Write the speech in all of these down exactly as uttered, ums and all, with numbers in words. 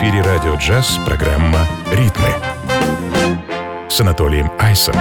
эфире радио «Джаз» программа «Ритмы» с Анатолием Айсом.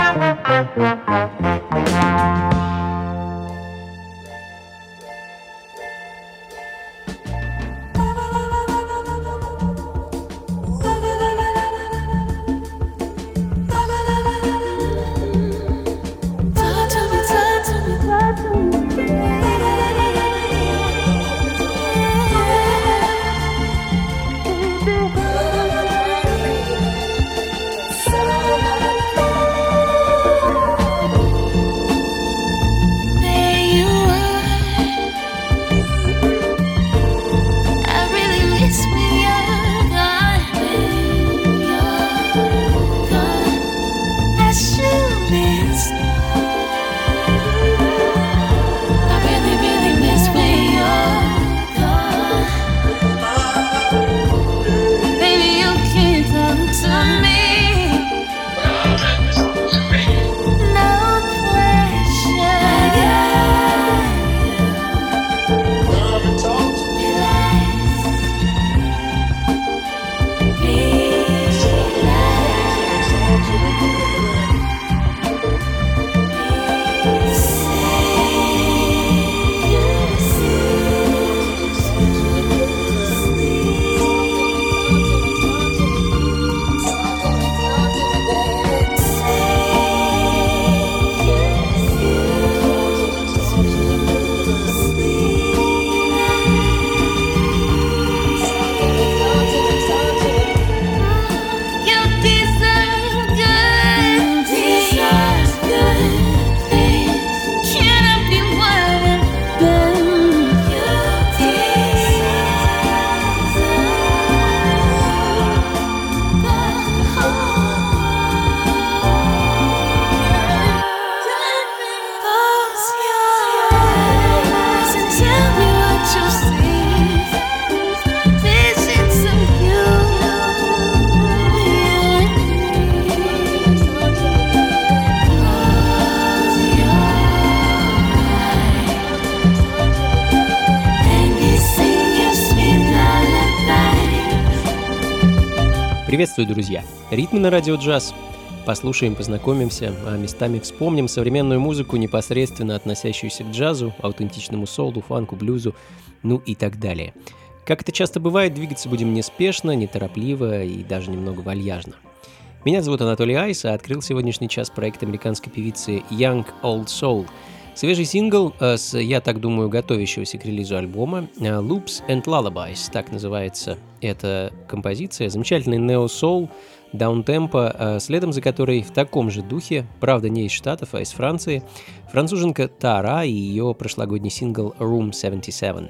Приветствую, друзья! Ритмы на радио «Джаз». Послушаем, познакомимся, а местами вспомним современную музыку, непосредственно относящуюся к джазу, аутентичному соулу, фанку, блюзу, ну и так далее. Как это часто бывает, двигаться будем неспешно, неторопливо и даже немного вальяжно. Меня зовут Анатолий Айс, а открыл сегодняшний час проект американской певицы Young Old Soul. Свежий сингл с, я так думаю, готовящегося к релизу альбома Loops and Lullabies, так называется эта композиция. Замечательный нео-соул, даунтемпо, следом за которой в таком же духе, правда не из Штатов, а из Франции, француженка Тара и ее прошлогодний сингл Room семьдесят семь.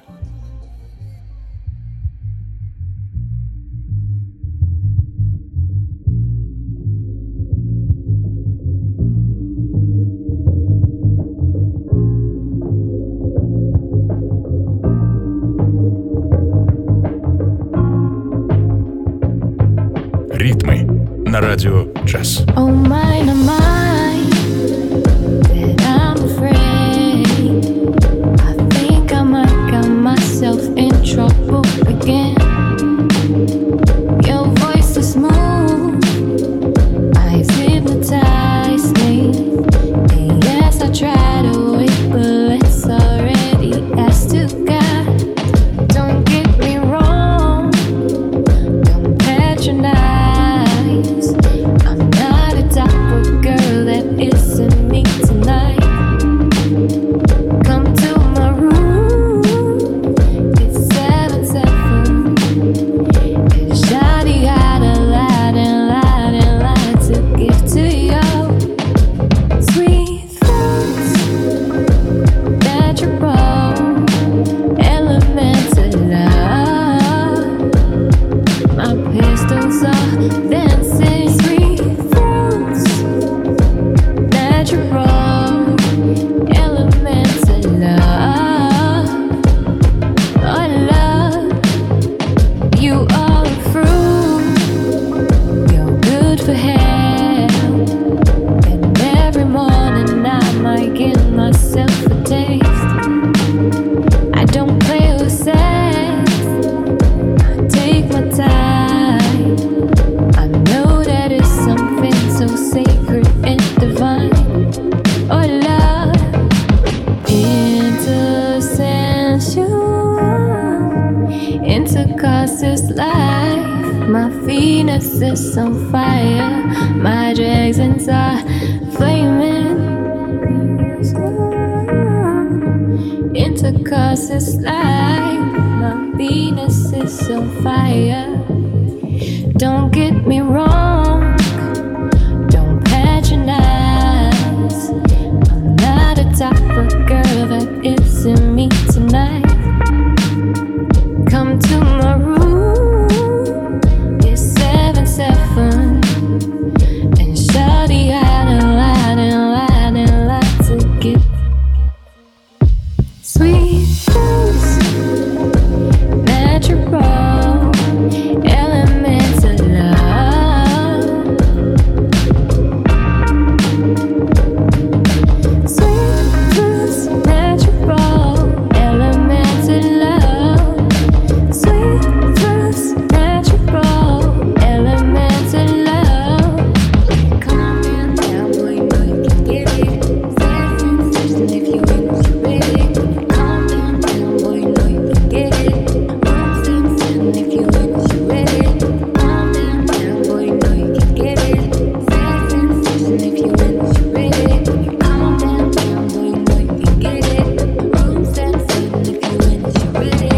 Ритмы на радио «Джаз». Oh, mine, oh, mine, that I'm afraid. I think I might got myself in trouble again. Your voice is smooth, eyes hypnotize me. And yes, I try to wait, but it's already asked to God. Don't get me wrong, don't patronize. I'm not a type of girl without you. Intercossus life, my Venus is on fire, my dragons are flaming. Intercossus life, my Venus is on fire. Don't get me wrong, don't patronize. I'm not a type of girl that isn't me tonight. Come to my room, it's seven seven, and shawty had a lot and lot and lot to get. Sweet juice, natural elements of love. Sweet juice, natural elements of love. Sweet juice, natural elements of love. Come on down, boy, you know you can get it. Sad sensation if you ain't you ready. Calm down, down, boy, you know you can get it. Room sensation if you ain't you ready. Calm down, down, boy, you know you can get it. Sad sensation if you ain't you ready. Calm down, down, boy, you know you can get it. Room sensation if you ain't you ready.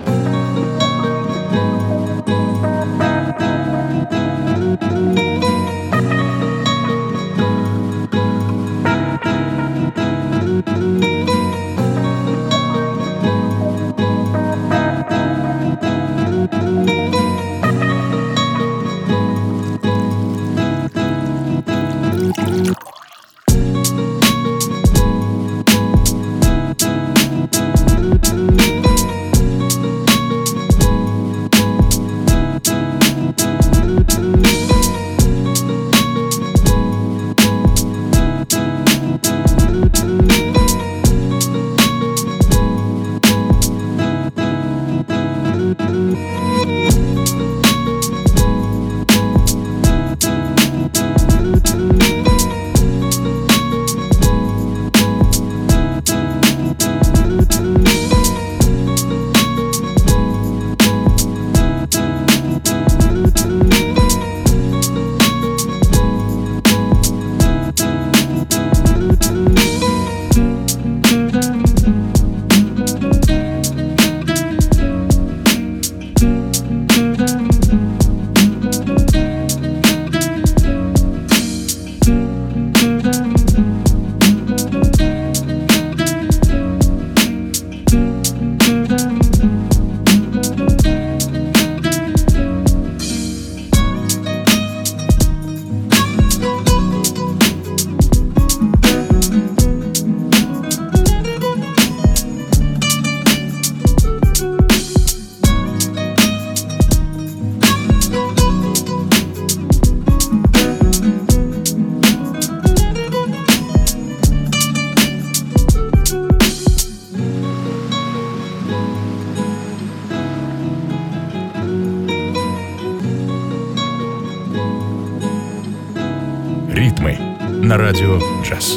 Ритмы на радио «Джаз».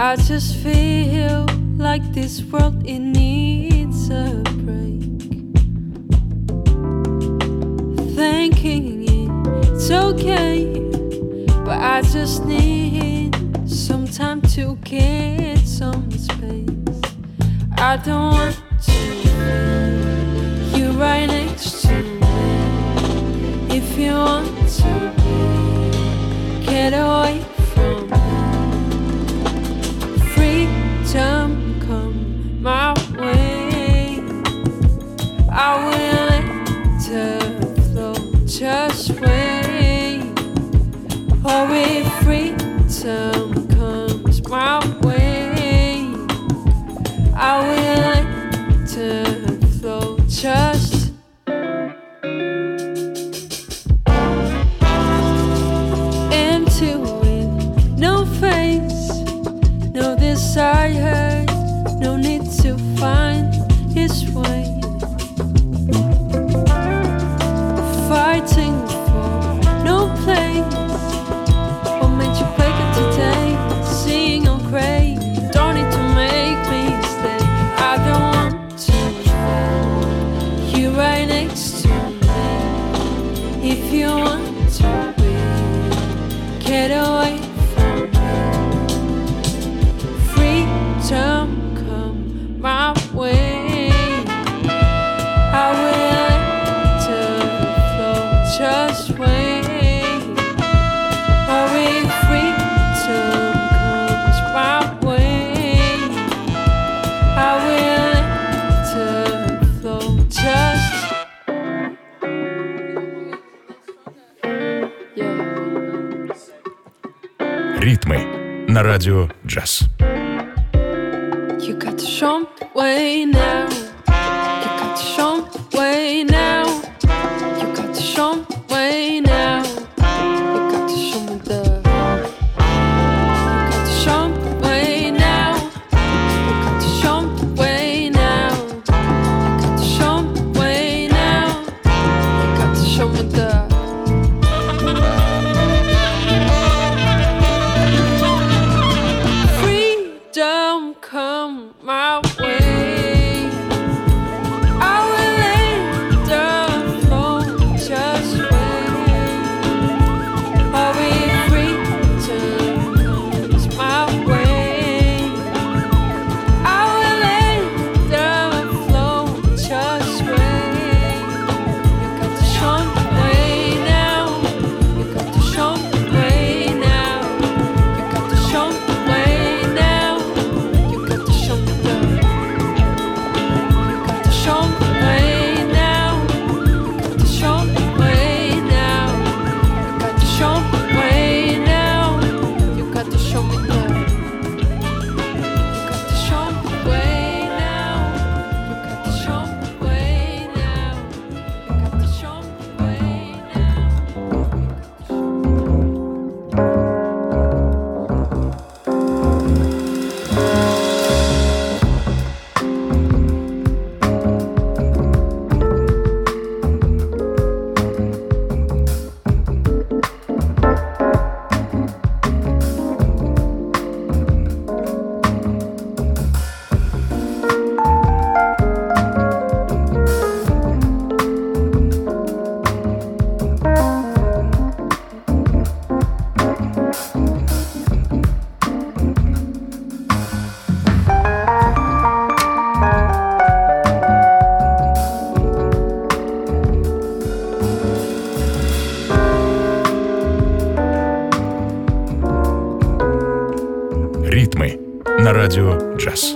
I just feel like this world, it needs a break. Thinking it's okay, but I just need some time to get some space. I don't want to feel you right next to me. If you want to be, get away from me. Freedom come my way, I will let it flow. Just wait. Oh, if freedom comes my way, I will let it flow. Just into it, no face, no desire, no need to find his way. Fighting for no place. What made you wake up today? Seeing on gray. You don't need to make me stay. I don't want to feel you right next to me. If you want to be, get away from me. Freedom come my way, I will let it flow. Just wait. Or if freedom comes my way, I will let it flow. Just yeah. Ритмы на радио джаз. You got to show me the way now. You got to show me the way now. You got to show me the way now. You got to show me the. You got to show me the way now. You got to show me the way now. You got to show me the way now. You got to show me the. Freedom come my way, I will let the flow. Just wait. Or if freedom comes my way, I will let the flow. Just wait. You got to show me the way now. You got to show me the way now. You got to show me the way now. You got to show me the. You got to show me the way now. You got to show me the way now. You got to show me the way now. You got to show me the. You got to show me the way now. You got to show me the way now. You got to show me the Ритмы на радио джаз.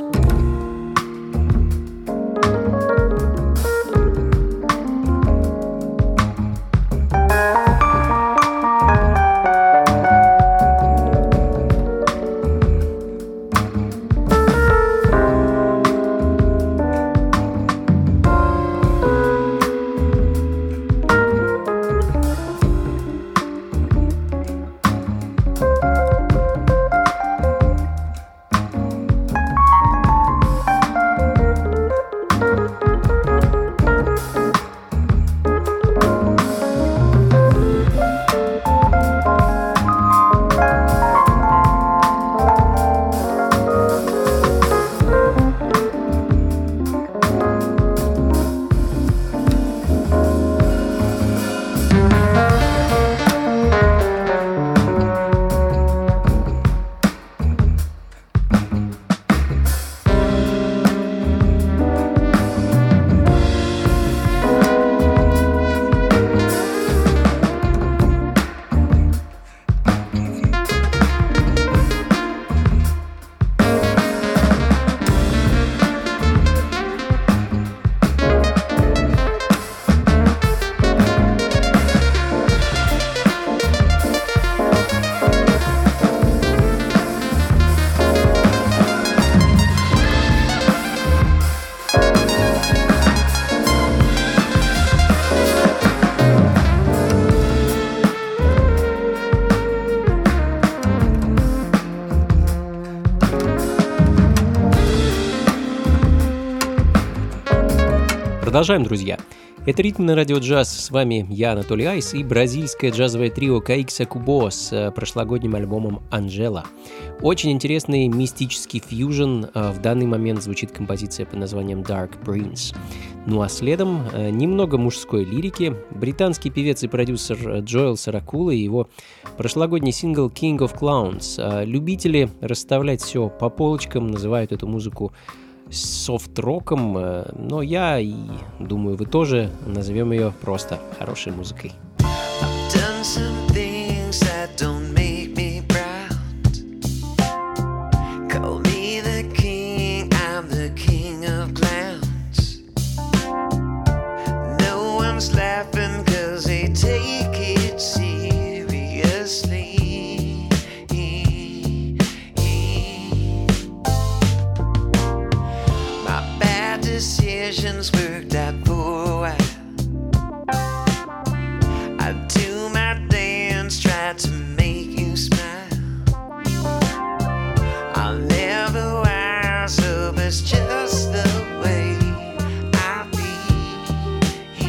Продолжаем, друзья. Это «Ритм на радио джаз». С вами я, Анатолий Айс, и бразильское джазовое трио Каикса Кубо с прошлогодним альбомом «Анжела». Очень интересный мистический фьюжн. В данный момент звучит композиция под названием «Dark Prince». Ну а следом немного мужской лирики. Британский певец и продюсер Джоэл Саракула и его прошлогодний сингл «King of Clowns». Любители расставлять все по полочкам называют эту музыку софт-роком, но я и думаю, вы тоже назовем ее просто хорошей музыкой. Decisions worked out for a while. I do my dance, try to make you smile. I'll never wise up, it's just the way I feel.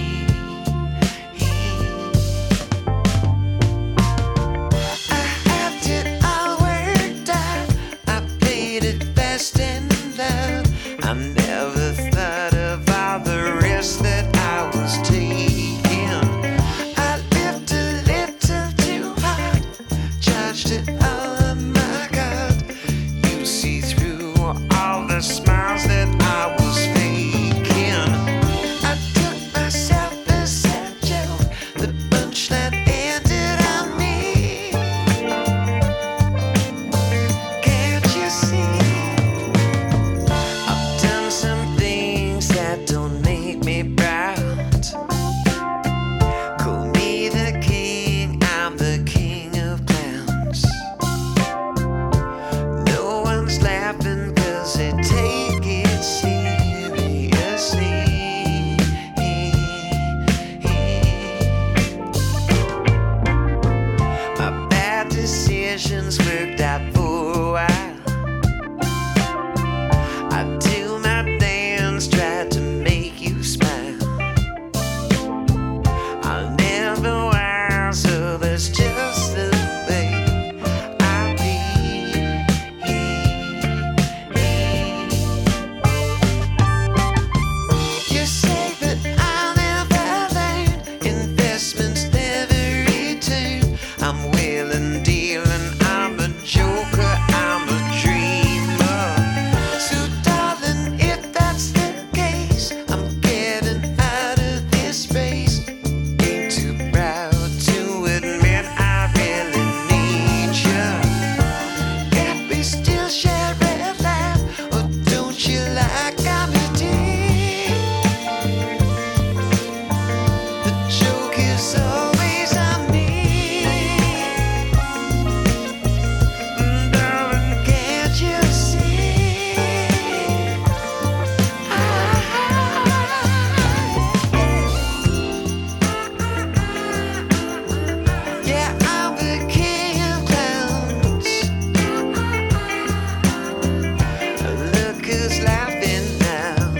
I had it all worked out. I played it fast and loud. I never thought of all the risks that I was taking. I lived a little too hard, charged it all, oh my God. You see through all the smiles that I was faking. I took myself as a joke, the punchline ended on me. Can't you see? Some things that don't make me proud. Call me the king, I'm the king of clowns. No one's laughing cause they take it seriously. My bad decisions worked out for a while. Try to make you smile. I'll never wise up, it's just the way I feel. You say that I'll never learn, investments never return. I'm wheeling, dealing, I'm a joker, I'm a dreamer. So darling, if that's the I'm getting out of this race. Ain't too proud to admit I really need you. If we still share a laugh, or don't you like comedy? The joke is always on me. Darling, can't you see? Yeah, I'm the king of clowns. Look who's laughing now.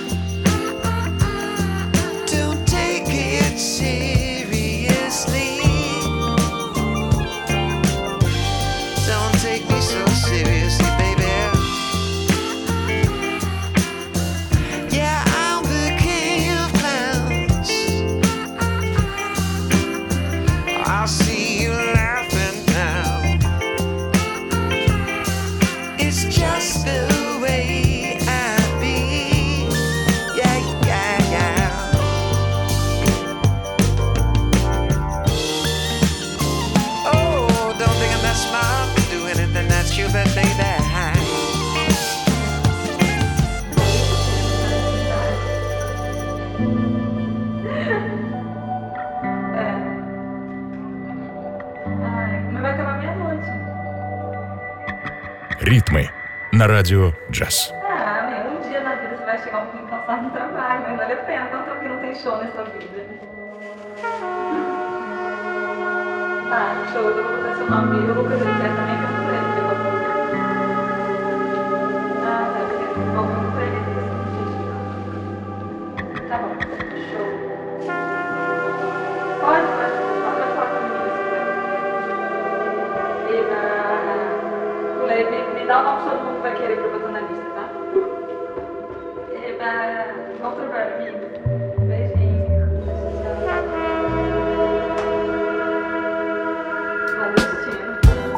Don't take it seriously. Don't take me so seriously, baby. Yeah, I'm the king of clowns. I see you laughing now. It's just the way I be. Yeah, yeah, yeah. Oh, don't think I'm that smart to do anything that's stupid, baby. Ритмы на радио джаз. Ah, meu, um dia na vida você vai chegar um pouquinho cansado no trabalho, mas vale a pena, tanto tempo que não tem show nessa vida. Ah, show, eu vou botar seu nome, eu vou fazer direto também pra você, eu vou botar. Ah, tá, beleza. Bom, vamos pra ele, tá bom. É, vamos pro vídeo. Beijinho. Clandestino.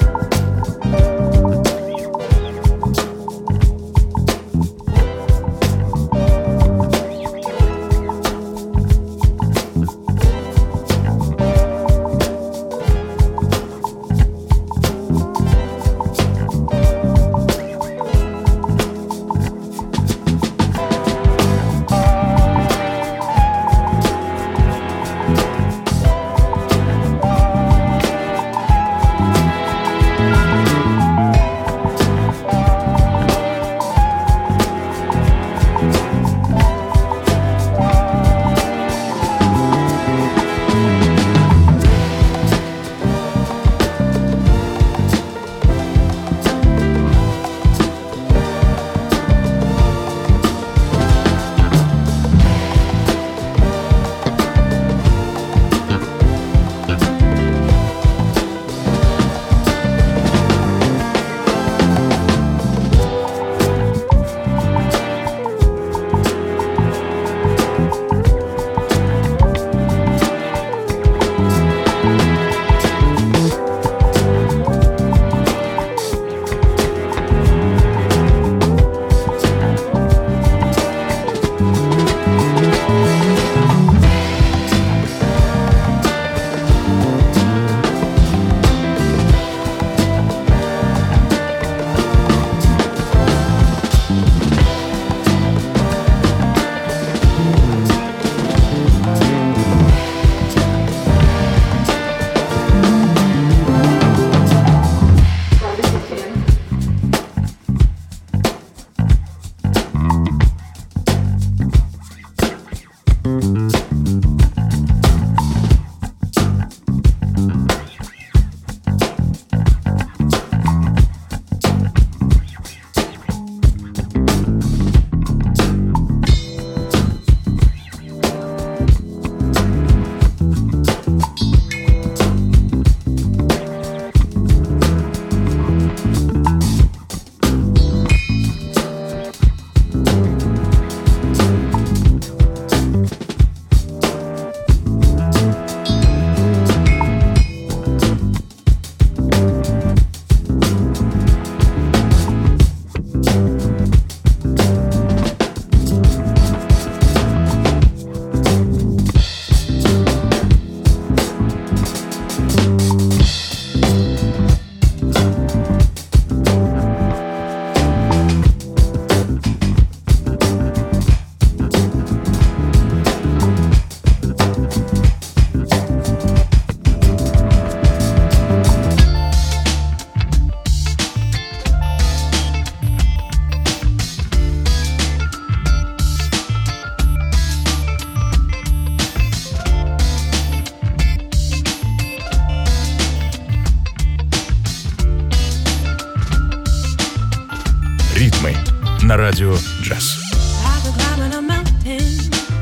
Ритмы на радио «Джаз». I've been climbing a mountain,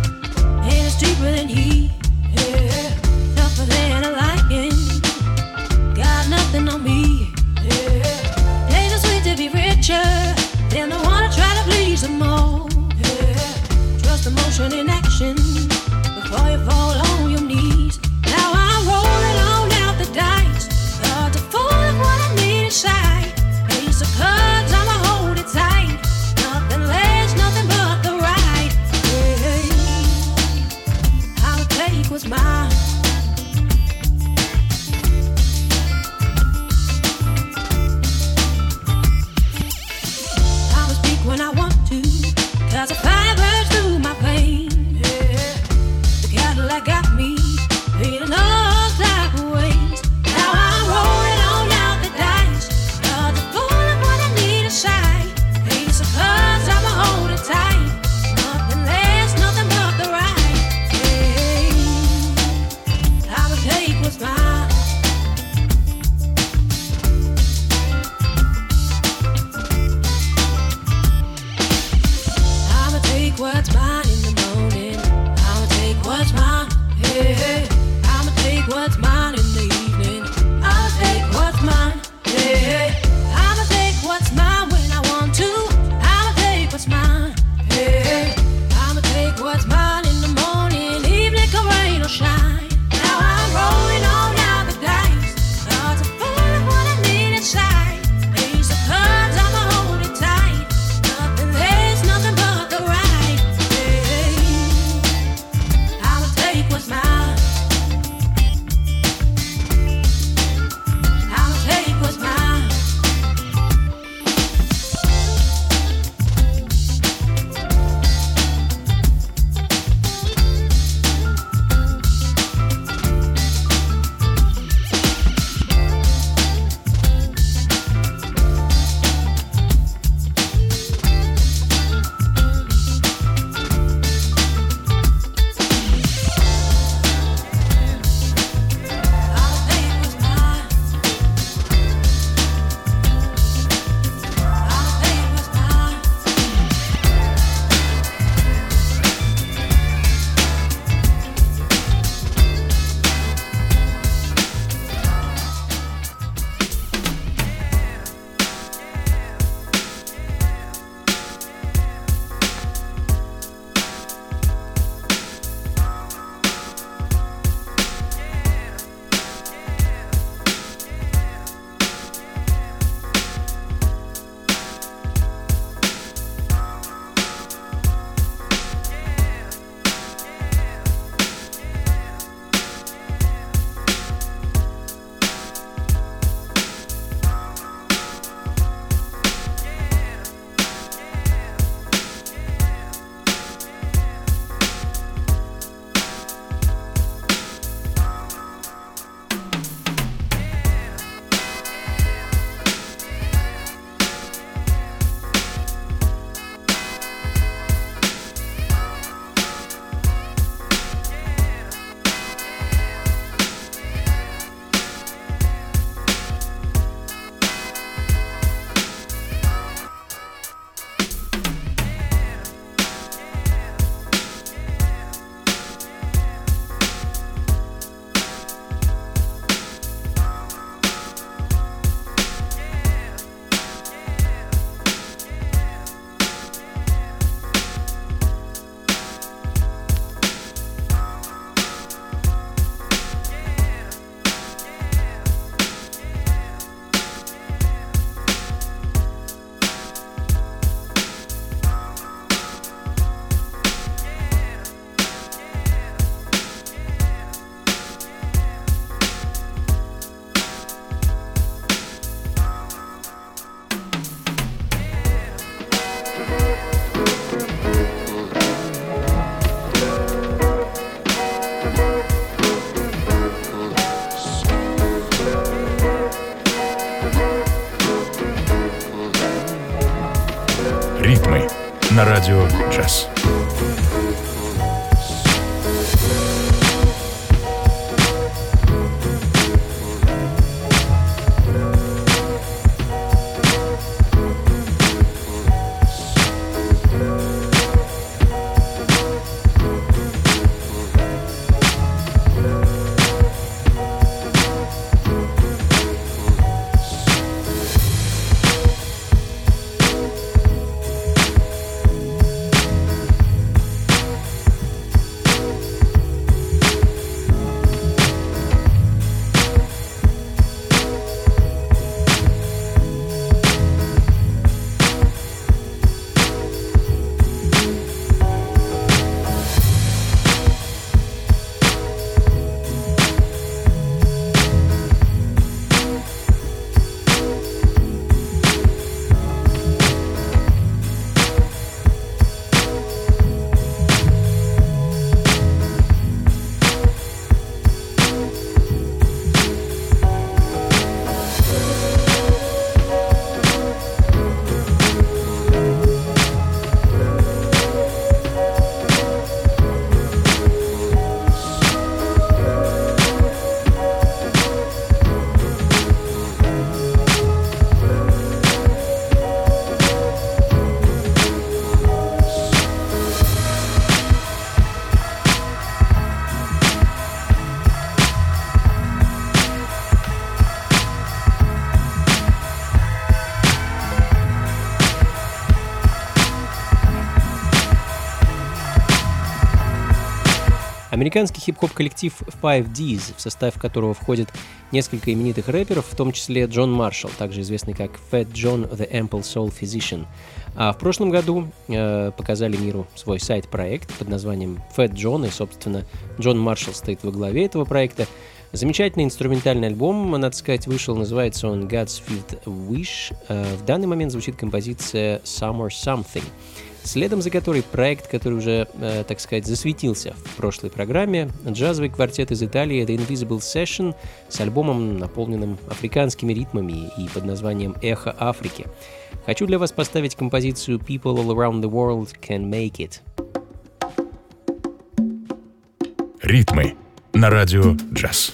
and it's deeper than he, yeah, tougher than a lion, got nothing on me, yeah. Days are sweet to be richer than the one I try to please them all, yeah. Trust the motion in action before you fall on your knees. Now I'm rolling on out the dice, start to fall of what I need inside. Ace of cards, I'ma hold it tight. Nothing less, nothing but the right. Hey, I'll take what's mine. I'll speak when I want to, 'cause the fire burns through my veins. Yeah. The Cadillac got me feeling all type of ways. Now I'm rolling on out the dice, start to fall of what I need inside. Ace of cards, I'ma hold it tight. Nothing less, nothing but the right. Hey, I'ma take what's mine. I'ma take what's mine in the morning. I'ma take what's mine. Hey, hey. I'ma take what's mine in the evening. I'ma take what's mine. Hey, hey. I'ma take what's mine when I want to. I'ma take what's mine. Hey, hey. на радио джаз. Американский хип-хоп коллектив Five D's, в состав которого входят несколько именитых рэперов, в том числе Джон Маршалл, также известный как Fat John the Ample Soul Physician. А в прошлом году э, показали миру свой сайт-проект под названием Fat John, и, собственно, Джон Маршалл стоит во главе этого проекта. Замечательный инструментальный альбом, надо сказать, вышел, называется он God's Fifth Wish. Э, в данный момент звучит композиция Summer Something, следом за которой проект, который уже, э, так сказать, засветился в прошлой программе, джазовый квартет из Италии The Invisible Session с альбомом, наполненным африканскими ритмами и под названием «Эхо Африки». Хочу для вас поставить композицию People All Around the World Can Make It. Ритмы на радио джаз.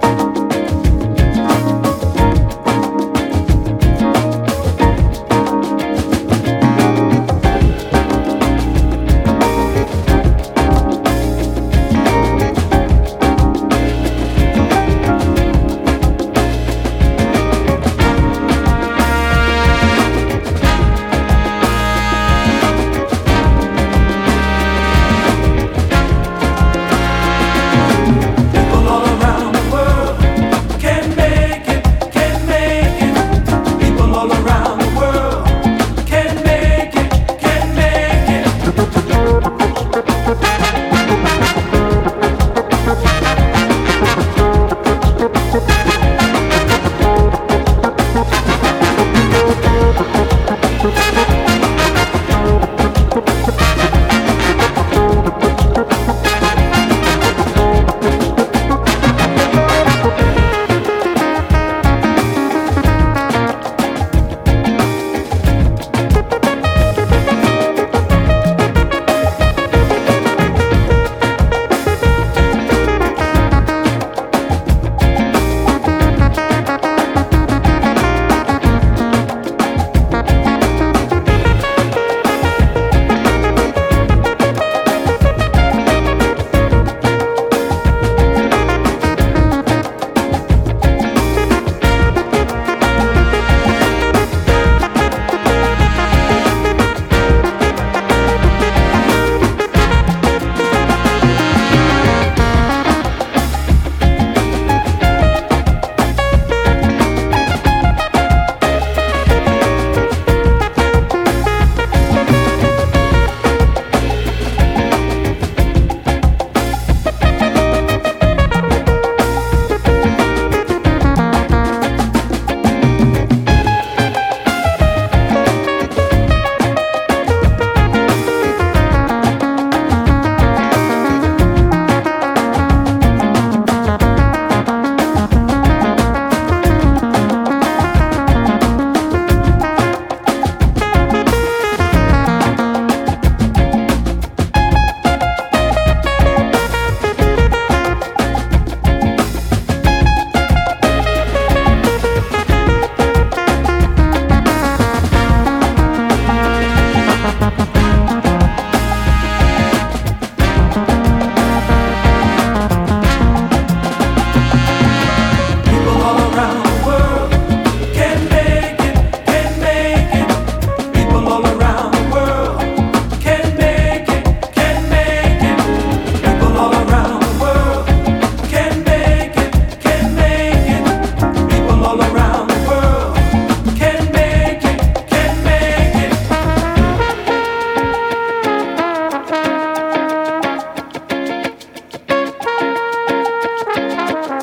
Thank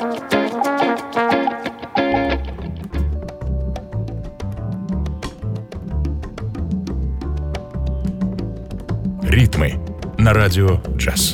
Ритмы на радио «Джаз».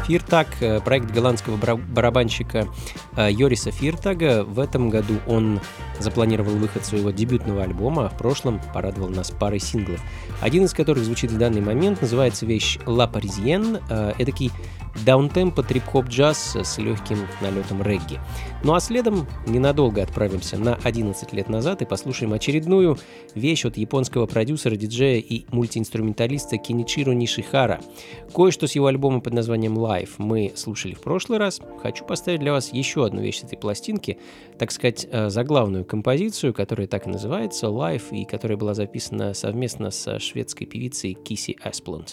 Фиртаг, проект голландского барабанщика Йориса Фиртага. В этом году он запланировал выход своего дебютного альбома, а в прошлом порадовал нас парой синглов, один из которых звучит в данный момент, называется вещь «La Parisienne», эдакий даунтемпо трип-хоп джаз с легким налетом регги. Ну а следом ненадолго отправимся на одиннадцать лет назад и послушаем очередную вещь от японского продюсера, диджея и мультиинструменталиста Кеничиро Нишихара. Кое-что с его альбома под названием Life мы слушали в прошлый раз. Хочу поставить для вас еще одну вещь с этой пластинки, так сказать, заглавную композицию, которая так и называется Life, и которая была записана совместно с шведской певицей Киси Асплунд.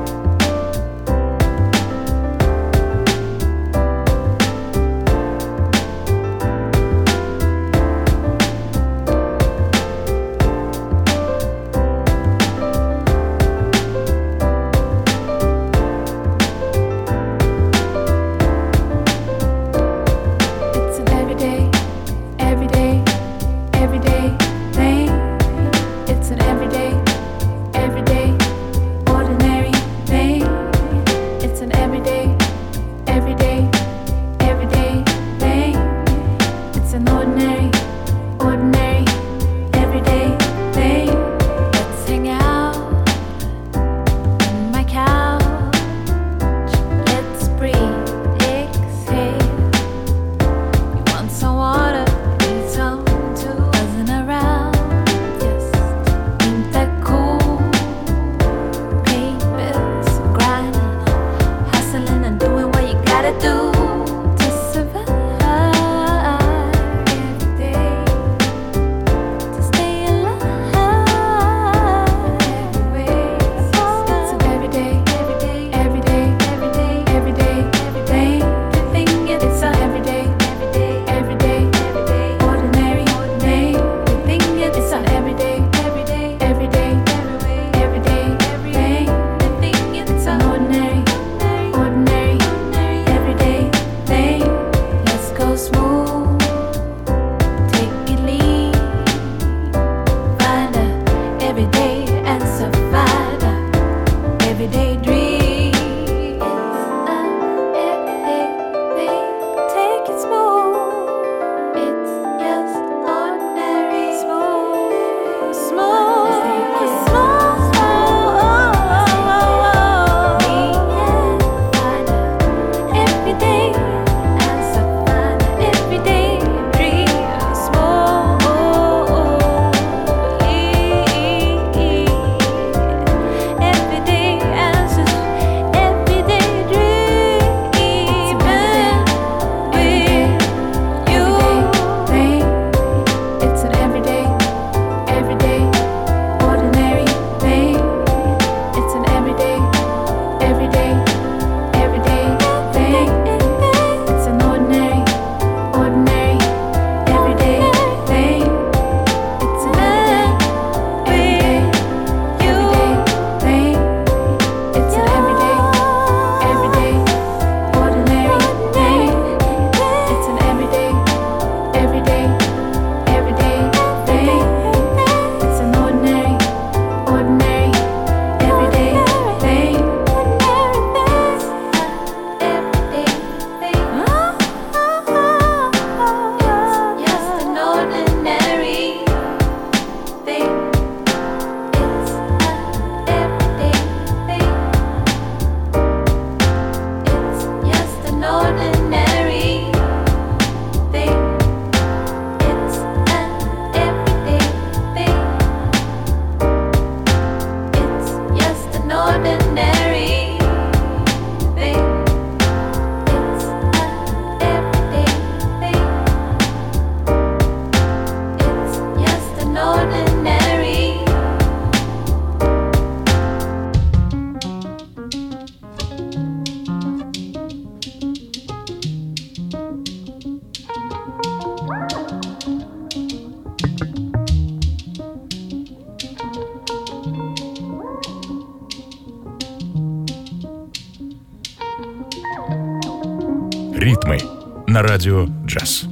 Ритмы на радио «Джаз».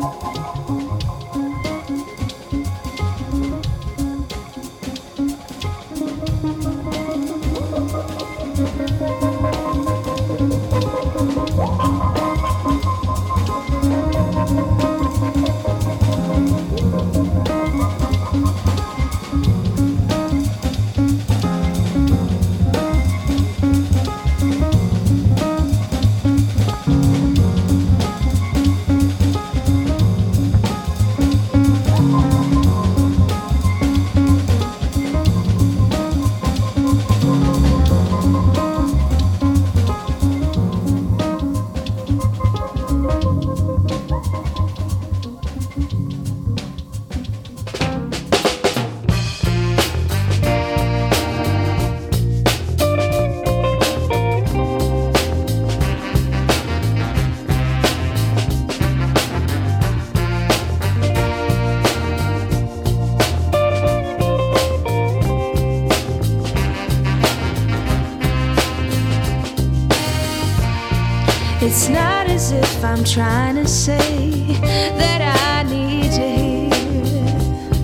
It's not as if I'm trying to say that I need you here.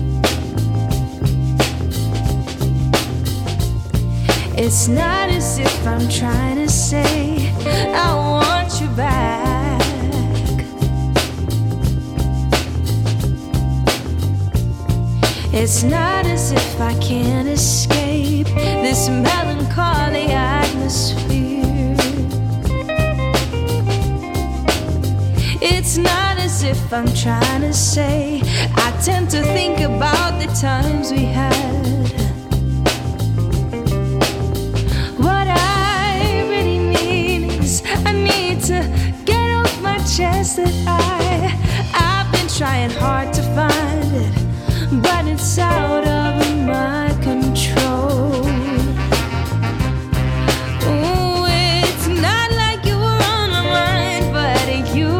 It's not as if I'm trying to say I want you back. It's not as if I can't escape this melancholy atmosphere. It's not as if I'm trying to say I tend to think about the times we had. What I really mean is I need to get off my chest that I I've been trying hard to find it, but it's out of my control. Oh, it's not like you were on my mind, but you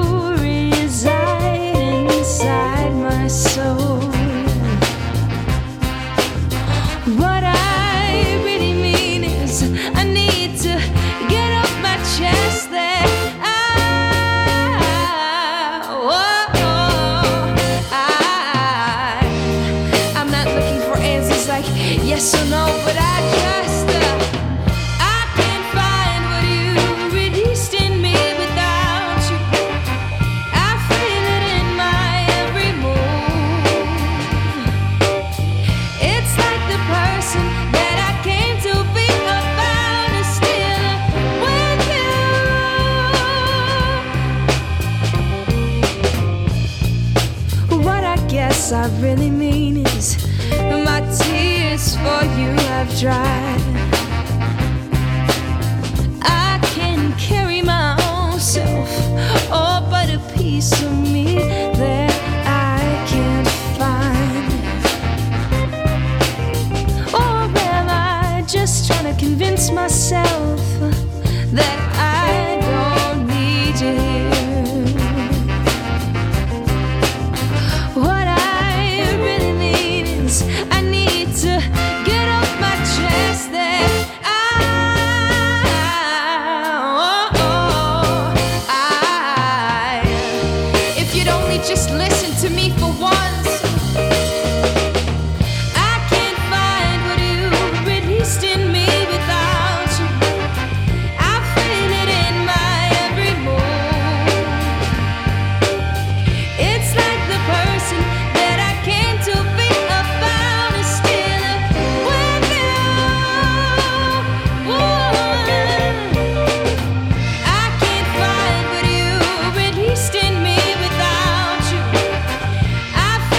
inside my soul. What I really mean is I need to get off my chest that I, oh, oh, I, I'm not looking for answers like yes or no, but I just uh, I can't find what you released in me without you. I feel it in my every move. It's like the person that I came to be about is still with you. What I guess I really mean is my tears for you have dried. I can carry my own self, oh, but a piece of me that I can't find. Or am I just trying to convince myself that I don't need you here? What I really mean is I need to get off my chest that I, oh, oh, I, if you'd only just listen to me for once. I can't find what you released in me without you. I feel it in my every move. It's like the person that I came to be about is still with you. I can't find what you released in me without you. I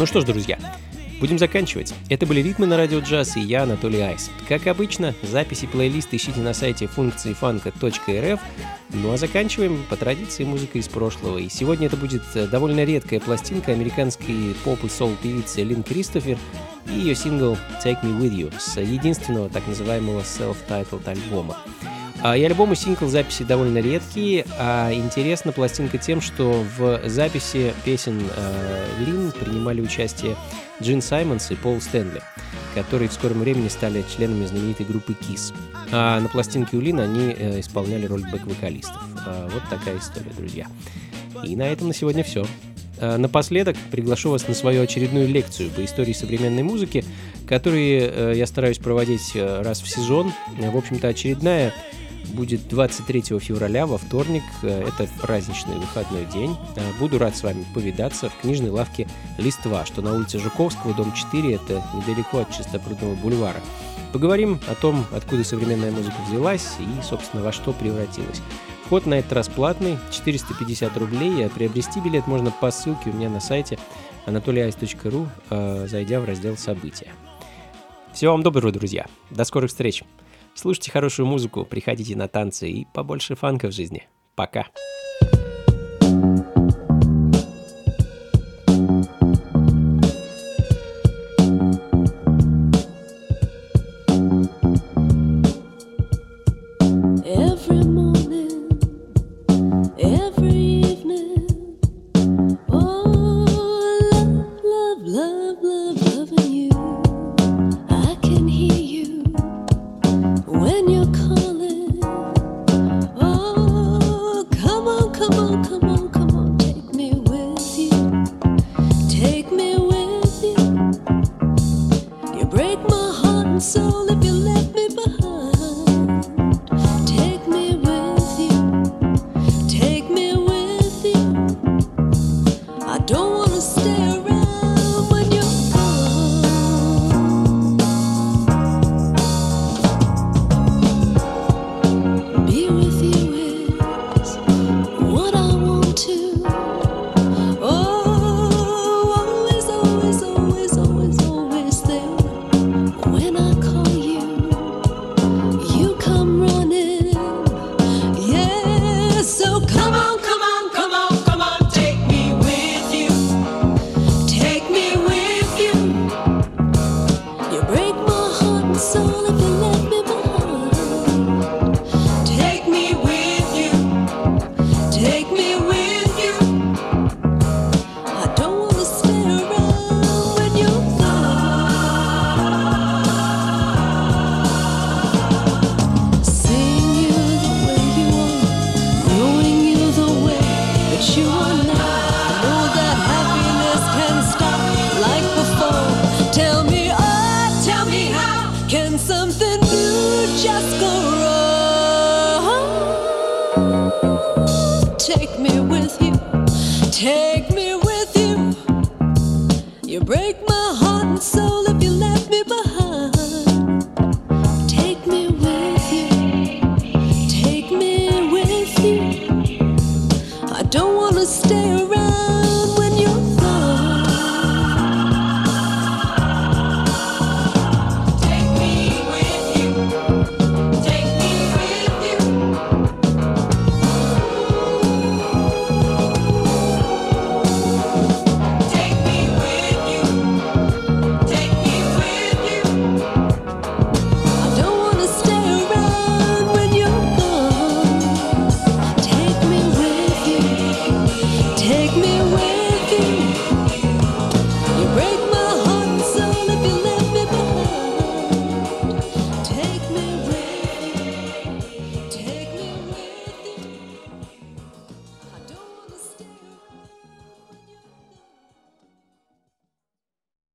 что ж, друзья, будем заканчивать. Это были «Ритмы на радио джаз» и я, Анатолий Айс. Как обычно, записи плейлиста ищите на сайте функции фанка точка эр эф. Ну а заканчиваем по традиции музыкой из прошлого. И сегодня это будет довольно редкая пластинка американской поп и сол-певицы Лин Кристофер и ее сингл «Take Me With You» с единственного так называемого self-titled альбома. И альбом и сингл записи довольно редкие, а интересна пластинка тем, что в записи песен э, Лин принимали участие Джин Саймонс и Пол Стэнли, которые в скором времени стали членами знаменитой группы Kiss. А на пластинке у Лин они э, исполняли роль бэк-вокалистов. А вот такая история, друзья. И на этом на сегодня все. А напоследок приглашу вас на свою очередную лекцию по истории современной музыки, которую э, я стараюсь проводить раз в сезон. В общем-то, очередная будет двадцать третьего февраля, во вторник. Это праздничный выходной день. Буду рад с вами повидаться в книжной лавке «Листва», что на улице Жуковского, дом четыре, это недалеко от Чистопрудного бульвара. Поговорим о том, откуда современная музыка взялась и, собственно, во что превратилась. Вход на этот раз платный, четыреста пятьдесят рублей, а приобрести билет можно по ссылке у меня на сайте анатолий айс точка ру, зайдя в раздел «События». Всего вам доброго, друзья. До скорых встреч. Слушайте хорошую музыку, приходите на танцы и побольше фанка в жизни. Пока. Every morning, every evening, oh, love, love, love, love, loving you. I can hear you when you're calling. Oh, come on, come on, come on, come on, take me with you. Take me with you. You break my heart and soul if you left me behind. Take me with you. Take me with you. I don't wanna stay around when you're gone. Be with you is what I want to. Oh, always, always, always, always, always there. When I call you, you come running. Yeah, so come on, come on, come on, come on, take me with you. Take me with you. You break my heart and soul if you let me behind. Take me with you. Take me with you. I don't wanna stay around when you're gone. Seeing you the way you are, knowing you the way that you are now. I know that happiness can stop like before. Tell me, oh, tell me how can something new just go wrong? Take me with you. Take me with you. You break my heart and soul if you left me behind. Take me with you. Take me with you. I don't wanna stay around